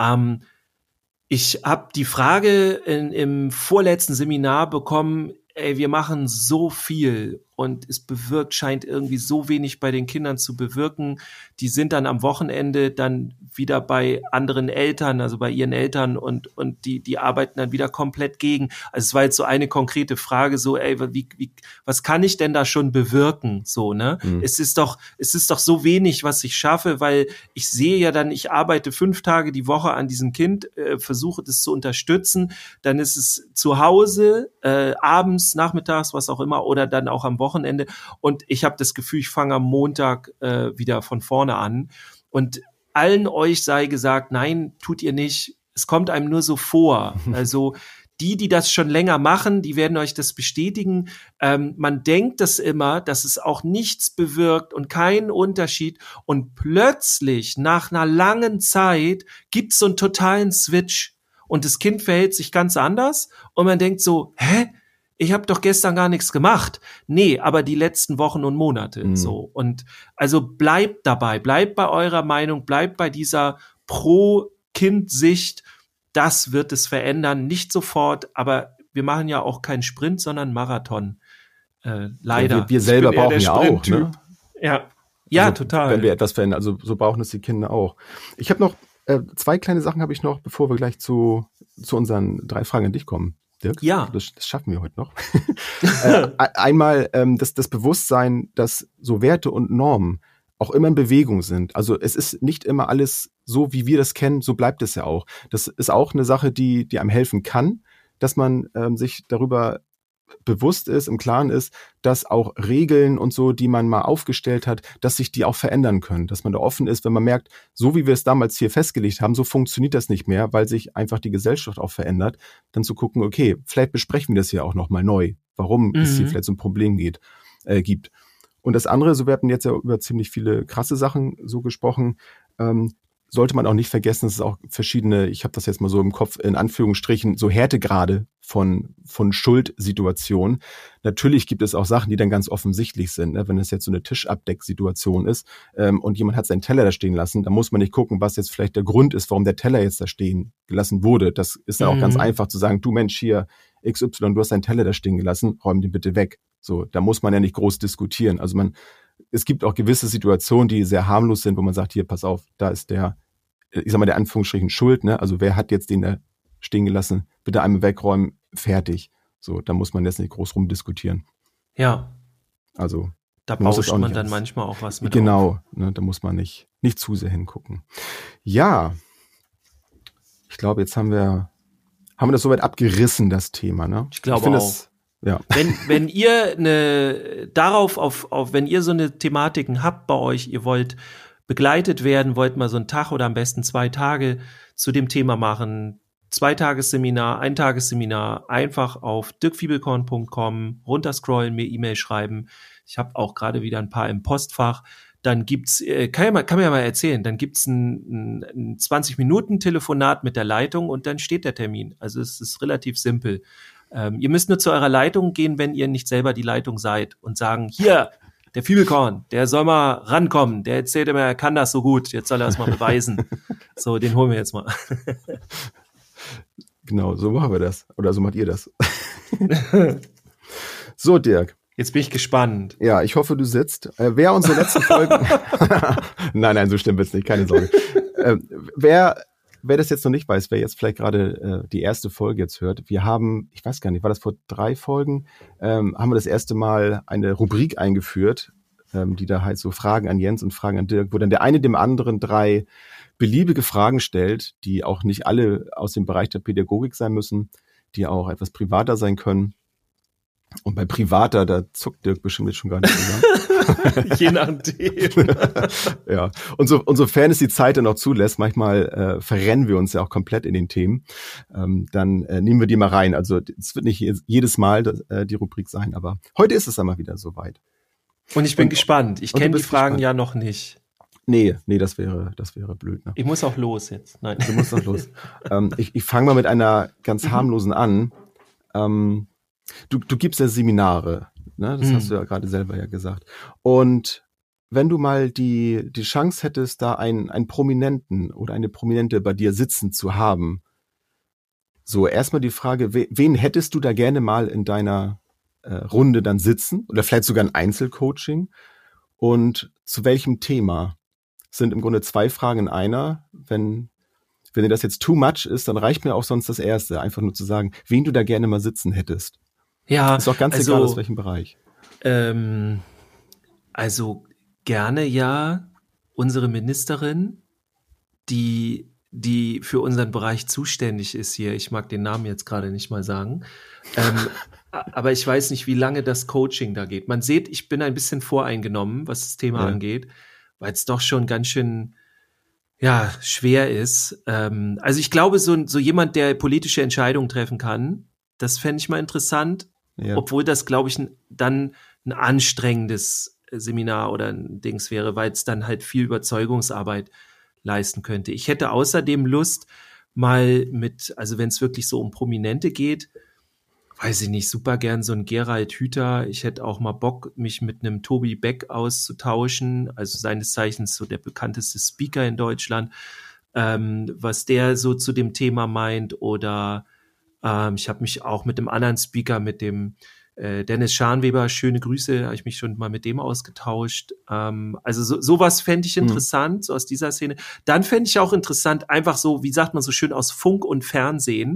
Ich habe die Frage im vorletzten Seminar bekommen, ey, wir machen so viel und es scheint irgendwie so wenig bei den Kindern zu bewirken. Die sind dann am Wochenende dann wieder bei anderen Eltern, also bei ihren Eltern und die arbeiten dann wieder komplett gegen. Also es war jetzt so eine konkrete Frage, so, ey, was kann ich denn da schon bewirken? So, ne? Es ist doch so wenig, was ich schaffe, weil ich sehe ja dann, ich arbeite 5 Tage die Woche an diesem Kind, versuche das zu unterstützen, dann ist es zu Hause, abends, nachmittags, was auch immer, oder dann auch am Wochenende und ich habe das Gefühl, ich fange am Montag wieder von vorne an und allen euch sei gesagt, nein, tut ihr nicht, es kommt einem nur so vor, also die das schon länger machen, die werden euch das bestätigen, man denkt das immer, dass es auch nichts bewirkt und keinen Unterschied und plötzlich nach einer langen Zeit gibt es so einen totalen Switch und das Kind verhält sich ganz anders und man denkt so, hä? Ich habe doch gestern gar nichts gemacht. Nee, aber die letzten Wochen und Monate so. Und also bleibt dabei, bleibt bei eurer Meinung, bleibt bei dieser Pro-Kind-Sicht. Das wird es verändern, nicht sofort, aber wir machen ja auch keinen Sprint, sondern Marathon. Leider. Ja, wir selber brauchen ja auch, ne? Ja, also, total. Wenn wir etwas verändern, also so brauchen es die Kinder auch. Ich habe noch 2 kleine Sachen habe ich noch, bevor wir gleich zu unseren 3 Fragen an dich kommen. Dirk? Ja. Das schaffen wir heute noch. Einmal das Bewusstsein, dass so Werte und Normen auch immer in Bewegung sind. Also es ist nicht immer alles so, wie wir das kennen, so bleibt es ja auch. Das ist auch eine Sache, die einem helfen kann, dass man sich darüber bewusst ist, im Klaren ist, dass auch Regeln und so, die man mal aufgestellt hat, dass sich die auch verändern können. Dass man da offen ist, wenn man merkt, so wie wir es damals hier festgelegt haben, so funktioniert das nicht mehr, weil sich einfach die Gesellschaft auch verändert, dann zu gucken, okay, vielleicht besprechen wir das hier auch nochmal neu, warum es hier vielleicht so ein Problem gibt. Und das andere, so wir hatten jetzt ja über ziemlich viele krasse Sachen so gesprochen, sollte man auch nicht vergessen, dass es auch verschiedene, ich habe das jetzt mal so im Kopf, in Anführungsstrichen, so Härtegrade von Schuldsituationen. Natürlich gibt es auch Sachen, die dann ganz offensichtlich sind. Ne? Wenn es jetzt so eine Tischabdecksituation ist und jemand hat seinen Teller da stehen lassen, dann muss man nicht gucken, was jetzt vielleicht der Grund ist, warum der Teller jetzt da stehen gelassen wurde. Das ist dann auch ganz einfach zu sagen, du Mensch, hier XY, du hast deinen Teller da stehen gelassen, räum den bitte weg. So, da muss man ja nicht groß diskutieren. Also es gibt auch gewisse Situationen, die sehr harmlos sind, wo man sagt, hier, pass auf, da ist der Anführungsstrichen Schuld, ne? Also wer hat jetzt den da stehen gelassen? Bitte einmal wegräumen, fertig. So, da muss man jetzt nicht groß rumdiskutieren. Ja. Also da bauscht man dann manchmal auch was mit Genau, ne, da muss man nicht zu sehr hingucken. Ja, ich glaube, jetzt haben wir das soweit abgerissen, das Thema, ne? Ich glaube auch. Ja. Wenn ihr wenn ihr so eine Thematiken habt bei euch, ihr wollt begleitet werden, wollt mal so einen Tag oder am besten 2 Tage zu dem Thema machen, 2-Tagesseminar, 1-Tagesseminar, einfach auf dirkfiebelkorn.com runterscrollen, mir E-Mail schreiben. Ich habe auch gerade wieder ein paar im Postfach. Dann gibt's, kann man ja mal erzählen, dann gibt's ein 20-Minuten-Telefonat mit der Leitung und dann steht der Termin. Also es ist relativ simpel. Ihr müsst nur zu eurer Leitung gehen, wenn ihr nicht selber die Leitung seid und sagen, hier, der Fiebelkorn, der soll mal rankommen, der erzählt immer, er kann das so gut, jetzt soll er es mal beweisen. So, den holen wir jetzt mal. Genau, so machen wir das. Oder so macht ihr das. So, Dirk. Jetzt bin ich gespannt. Ja, ich hoffe, du sitzt. Wer unsere letzten Folgen... Nein, so stimmt es nicht, keine Sorge. Wer das jetzt noch nicht weiß, wer jetzt vielleicht gerade die erste Folge jetzt hört, wir haben, ich weiß gar nicht, war das vor 3 Folgen, haben wir das erste Mal eine Rubrik eingeführt, die da halt so Fragen an Jens und Fragen an Dirk, wo dann der eine dem anderen 3 beliebige Fragen stellt, die auch nicht alle aus dem Bereich der Pädagogik sein müssen, die auch etwas privater sein können. Und bei privater, da zuckt Dirk bestimmt jetzt schon gar nicht zusammen. Je nachdem. Ja, und sofern es die Zeit dann auch zulässt, manchmal verrennen wir uns ja auch komplett in den Themen, dann nehmen wir die mal rein. Also es wird nicht jedes Mal die Rubrik sein, aber heute ist es einmal wieder soweit. Und ich bin gespannt. Ich kenne die Fragen ja noch nicht. Nee, das wäre blöd. Ne? Ich muss auch los jetzt. Nein. Du musst auch los. Ich fange mal mit einer ganz harmlosen an. Du gibst ja Seminare, ne? Das hast du ja gerade selber ja gesagt. Und wenn du mal die Chance hättest, da einen Prominenten oder eine Prominente bei dir sitzen zu haben, so erstmal die Frage, wen hättest du da gerne mal in deiner Runde dann sitzen? Oder vielleicht sogar ein Einzelcoaching? Und zu welchem Thema? Sind im Grunde 2 Fragen in einer. Wenn dir das jetzt too much ist, dann reicht mir auch sonst das erste. Einfach nur zu sagen, wen du da gerne mal sitzen hättest. Ja. Ist auch ganz egal, aus welchem Bereich. Also gerne ja unsere Ministerin, die für unseren Bereich zuständig ist hier. Ich mag den Namen jetzt gerade nicht mal sagen. Aber ich weiß nicht, wie lange das Coaching da geht. Man sieht, ich bin ein bisschen voreingenommen, was das Thema angeht, weil es doch schon ganz schön schwer ist. Also ich glaube, so jemand, der politische Entscheidungen treffen kann, das fände ich mal interessant, obwohl das, glaube ich, dann ein anstrengendes Seminar oder ein Dings wäre, weil es dann halt viel Überzeugungsarbeit leisten könnte. Ich hätte außerdem Lust, mal also wenn es wirklich so um Prominente geht, weiß ich nicht, super gern so ein Gerald Hüther. Ich hätte auch mal Bock, mich mit einem Tobi Beck auszutauschen, also seines Zeichens so der bekannteste Speaker in Deutschland, was der so zu dem Thema meint. Oder ich habe mich auch mit dem anderen Speaker, mit dem Dennis Scharnweber, schöne Grüße, habe ich mich schon mal mit dem ausgetauscht. Also sowas fände ich interessant, so aus dieser Szene. Dann fände ich auch interessant, einfach so, wie sagt man so schön, aus Funk und Fernsehen,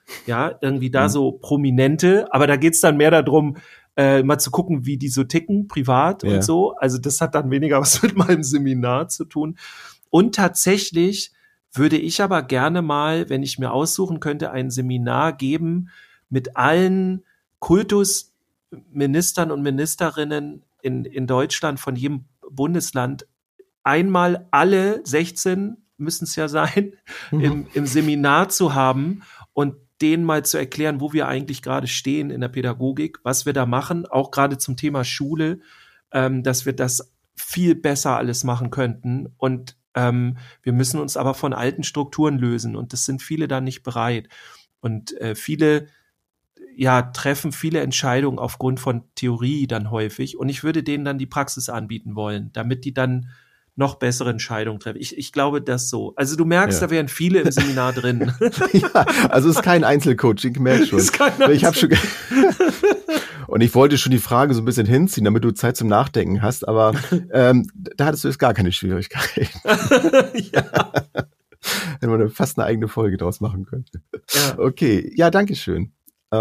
Ja, irgendwie da so Prominente, aber da geht's dann mehr darum, mal zu gucken, wie die so ticken, privat und so. Also das hat dann weniger was mit meinem Seminar zu tun. Und tatsächlich würde ich aber gerne mal, wenn ich mir aussuchen könnte, ein Seminar geben mit allen Kultusministern und Ministerinnen in Deutschland von jedem Bundesland. Einmal alle 16 müssen es ja sein, im Seminar zu haben und denen mal zu erklären, wo wir eigentlich gerade stehen in der Pädagogik, was wir da machen, auch gerade zum Thema Schule, dass wir das viel besser alles machen könnten. Und wir müssen uns aber von alten Strukturen lösen und das sind viele da nicht bereit. Und viele treffen viele Entscheidungen aufgrund von Theorie dann häufig und ich würde denen dann die Praxis anbieten wollen, damit die dann noch bessere Entscheidungen treffen. Ich glaube das so. Also du merkst, da wären viele im Seminar drin. Ja, also es ist kein Einzelcoaching, ich merke schon. Ich habe schon und ich wollte schon die Frage so ein bisschen hinziehen, damit du Zeit zum Nachdenken hast, aber da hattest du jetzt gar keine Schwierigkeiten. Ja. Wenn man fast eine eigene Folge draus machen könnte. Ja. Okay, ja, danke schön.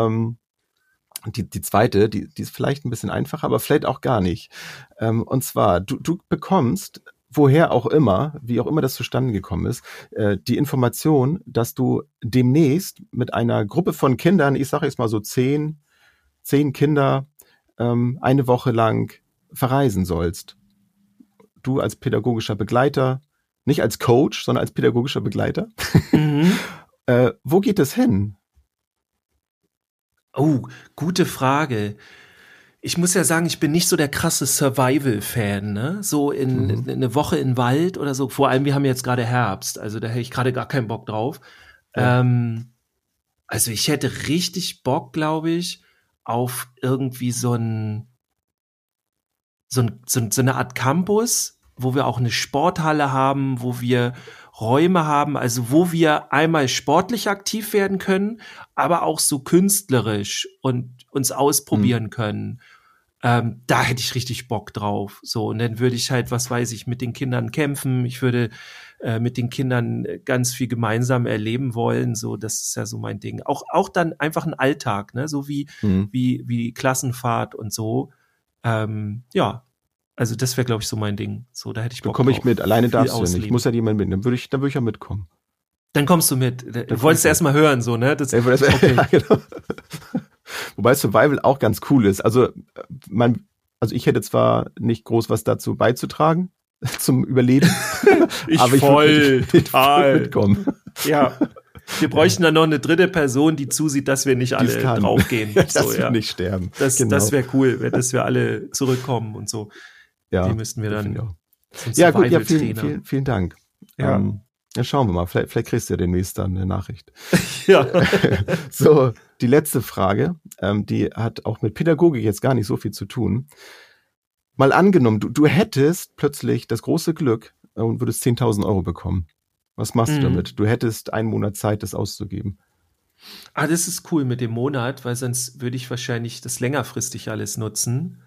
Die zweite, die ist vielleicht ein bisschen einfacher, aber vielleicht auch gar nicht. Und zwar, du bekommst, woher auch immer, wie auch immer das zustande gekommen ist, die Information, dass du demnächst mit einer Gruppe von Kindern, ich sage jetzt mal so 10 Kinder, eine Woche lang verreisen sollst. Du als pädagogischer Begleiter, nicht als Coach, sondern als pädagogischer Begleiter. Mhm. Wo geht es hin? Oh, gute Frage. Ich muss ja sagen, ich bin nicht so der krasse Survival-Fan, ne? So in eine Woche in den Wald oder so. Vor allem, wir haben jetzt gerade Herbst, also da hätte ich gerade gar keinen Bock drauf. Ja. Also ich hätte richtig Bock, glaube ich, auf irgendwie so eine Art Campus, wo wir auch eine Sporthalle haben, wo wir Räume haben, also wo wir einmal sportlich aktiv werden können, aber auch so künstlerisch und uns ausprobieren können. Da hätte ich richtig Bock drauf. So, und dann würde ich halt, was weiß ich, mit den Kindern kämpfen. Ich würde mit den Kindern ganz viel gemeinsam erleben wollen. So, das ist ja so mein Ding. Auch dann einfach ein Alltag, ne, so wie Klassenfahrt und so. Ja. Also das wäre, glaube ich, so mein Ding. So, da hätte ich Bock drauf. Komme ich mit, alleine darfst du nicht. Ich muss ja jemand mit. Dann würde ich ja mitkommen. Dann kommst du mit. Du wolltest erst mal hören, so, ne? Okay. Ja, genau. Wobei Survival auch ganz cool ist. Also ich hätte zwar nicht groß was dazu beizutragen, zum Überleben. Aber ich würde mitkommen. Ja. Wir bräuchten dann noch eine dritte Person, die zusieht, dass wir nicht alle draufgehen. Dass wir nicht sterben. Das wäre cool, dass wir alle zurückkommen und so. Ja, die müssten wir dann. Ja, gut, vielen Dank. Ja. Dann schauen wir mal. Vielleicht kriegst du ja demnächst dann eine Nachricht. Ja. So, die letzte Frage, die hat auch mit Pädagogik jetzt gar nicht so viel zu tun. Mal angenommen, du hättest plötzlich das große Glück und würdest 10.000 Euro bekommen. Was machst du damit? Du hättest einen Monat Zeit, das auszugeben. Das ist cool mit dem Monat, weil sonst würde ich wahrscheinlich das längerfristig alles nutzen.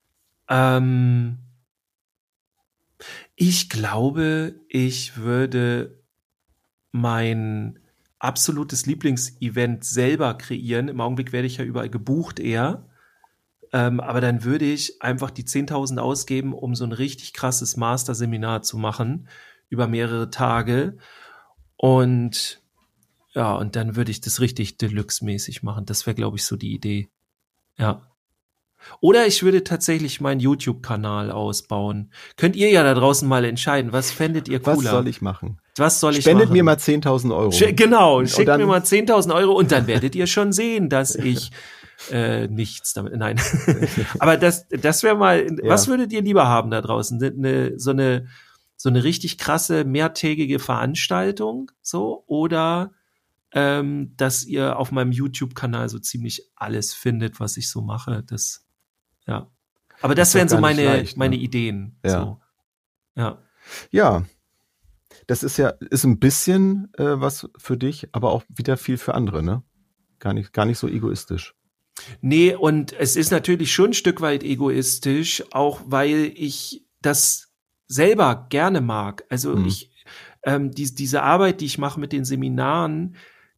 Ich glaube, ich würde mein absolutes Lieblingsevent selber kreieren. Im Augenblick werde ich ja überall gebucht eher. Aber dann würde ich einfach die 10.000 ausgeben, um so ein richtig krasses Master-Seminar zu machen über mehrere Tage. Und ja, und dann würde ich das richtig Deluxe-mäßig machen. Das wäre, glaube ich, so die Idee. Ja. Oder ich würde tatsächlich meinen YouTube-Kanal ausbauen. Könnt ihr ja da draußen mal entscheiden, was fändet ihr cooler? Was soll ich machen? Spendet mir mal 10.000 Euro. Genau, schickt mir mal 10.000 Euro und dann werdet ihr schon sehen, dass ich nichts damit, nein. Aber das wäre mal, was würdet ihr lieber haben da draußen? So eine richtig krasse, mehrtägige Veranstaltung, so, oder dass ihr auf meinem YouTube-Kanal so ziemlich alles findet, was ich so mache. Ja. Aber das wären so meine Ideen. Ja. So. Ja. Ja. Das ist ein bisschen was für dich, aber auch wieder viel für andere, ne? Gar nicht so egoistisch. Nee, und es ist natürlich schon ein Stück weit egoistisch, auch weil ich das selber gerne mag. Also diese Arbeit, die ich mache mit den Seminaren,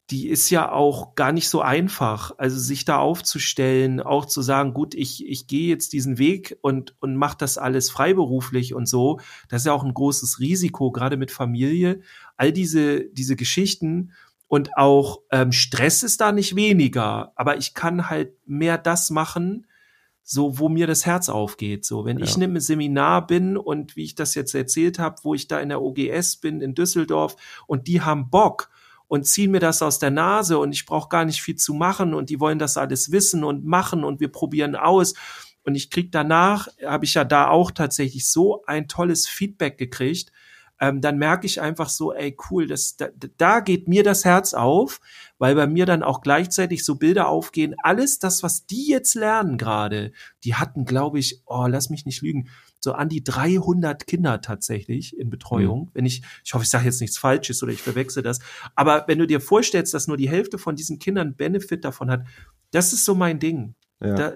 die ist ja auch gar nicht so einfach. Also sich da aufzustellen, auch zu sagen, gut, ich gehe jetzt diesen Weg und mache das alles freiberuflich und so. Das ist ja auch ein großes Risiko, gerade mit Familie. All diese Geschichten und auch Stress ist da nicht weniger. Aber ich kann halt mehr das machen, so wo mir das Herz aufgeht. So, wenn ich in einem Seminar bin und wie ich das jetzt erzählt habe, wo ich da in der OGS bin in Düsseldorf und die haben Bock und ziehen mir das aus der Nase und ich brauche gar nicht viel zu machen und die wollen das alles wissen und machen und wir probieren aus. Und ich krieg danach, habe ich ja da auch tatsächlich so ein tolles Feedback gekriegt, dann merke ich einfach so, ey cool, da geht mir das Herz auf, weil bei mir dann auch gleichzeitig so Bilder aufgehen, alles das, was die jetzt lernen gerade, die hatten, glaube ich, lass mich nicht lügen, so an die 300 Kinder tatsächlich in Betreuung. Wenn ich hoffe, ich sage jetzt nichts Falsches oder ich verwechsel das, aber wenn du dir vorstellst, dass nur die Hälfte von diesen Kindern Benefit davon hat, das ist so mein Ding. Ja.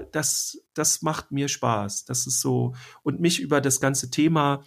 Das macht mir Spaß. Das ist so, und mich über das ganze Thema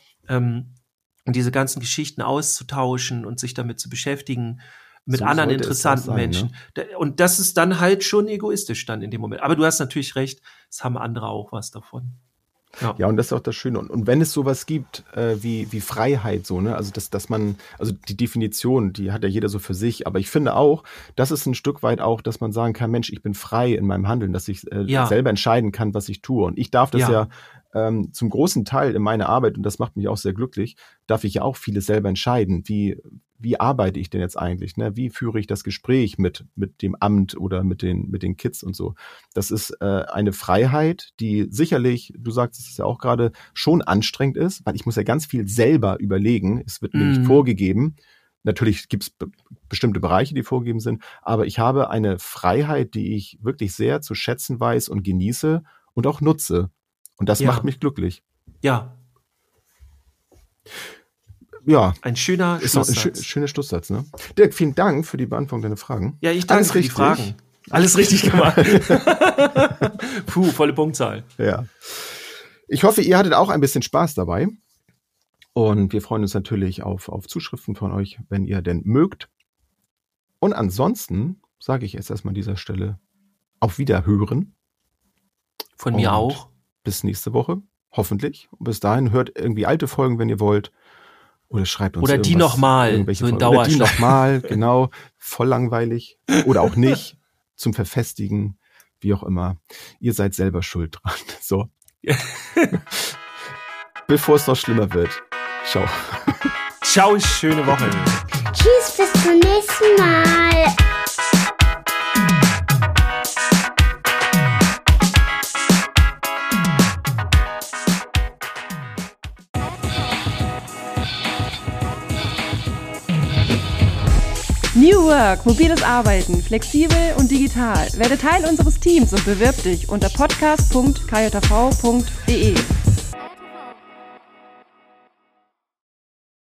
und diese ganzen Geschichten auszutauschen und sich damit zu beschäftigen mit so anderen interessanten Menschen. Ne? Und das ist dann halt schon egoistisch dann in dem Moment. Aber du hast natürlich recht, es haben andere auch was davon. Ja, und das ist auch das Schöne. Und wenn es sowas gibt, wie Freiheit, so, ne, also dass man, also die Definition, die hat ja jeder so für sich, aber ich finde auch, das ist ein Stück weit auch, dass man sagen kann, Mensch, ich bin frei in meinem Handeln, dass ich selber entscheiden kann, was ich tue. Und ich darf das ja zum großen Teil in meiner Arbeit, und das macht mich auch sehr glücklich, darf ich ja auch vieles selber entscheiden. Wie arbeite ich denn jetzt eigentlich? Ne? Wie führe ich das Gespräch mit dem Amt oder mit den Kids und so? Das ist eine Freiheit, die sicherlich, du sagst es ja auch gerade, schon anstrengend ist, weil ich muss ja ganz viel selber überlegen. Es wird mir nicht vorgegeben. Natürlich gibt es bestimmte Bereiche, die vorgegeben sind, aber ich habe eine Freiheit, die ich wirklich sehr zu schätzen weiß und genieße und auch nutze. Und das macht mich glücklich. Ja. Ja. Ein schöner Schlusssatz. Ein schöner Schlusssatz, ne? Dirk, vielen Dank für die Beantwortung deiner Fragen. Ja, ich danke für die Fragen. Alles richtig gemacht. Puh, volle Punktzahl. Ja. Ich hoffe, ihr hattet auch ein bisschen Spaß dabei. Und wir freuen uns natürlich auf Zuschriften von euch, wenn ihr denn mögt. Und ansonsten sage ich jetzt erstmal an dieser Stelle auf Wiederhören. Von mir auch. Bis nächste Woche, hoffentlich. Und bis dahin hört irgendwie alte Folgen, wenn ihr wollt. Oder schreibt uns oder die nochmal, so in Dauerschleife. Oder die nochmal, genau. Voll langweilig. Oder auch nicht. Zum Verfestigen, wie auch immer. Ihr seid selber schuld dran. So. Bevor es noch schlimmer wird. Ciao. Ciao, schöne Woche. Tschüss, bis zum nächsten Mal. New Work, mobiles Arbeiten, flexibel und digital. Werde Teil unseres Teams und bewirb dich unter podcast.kjv.de.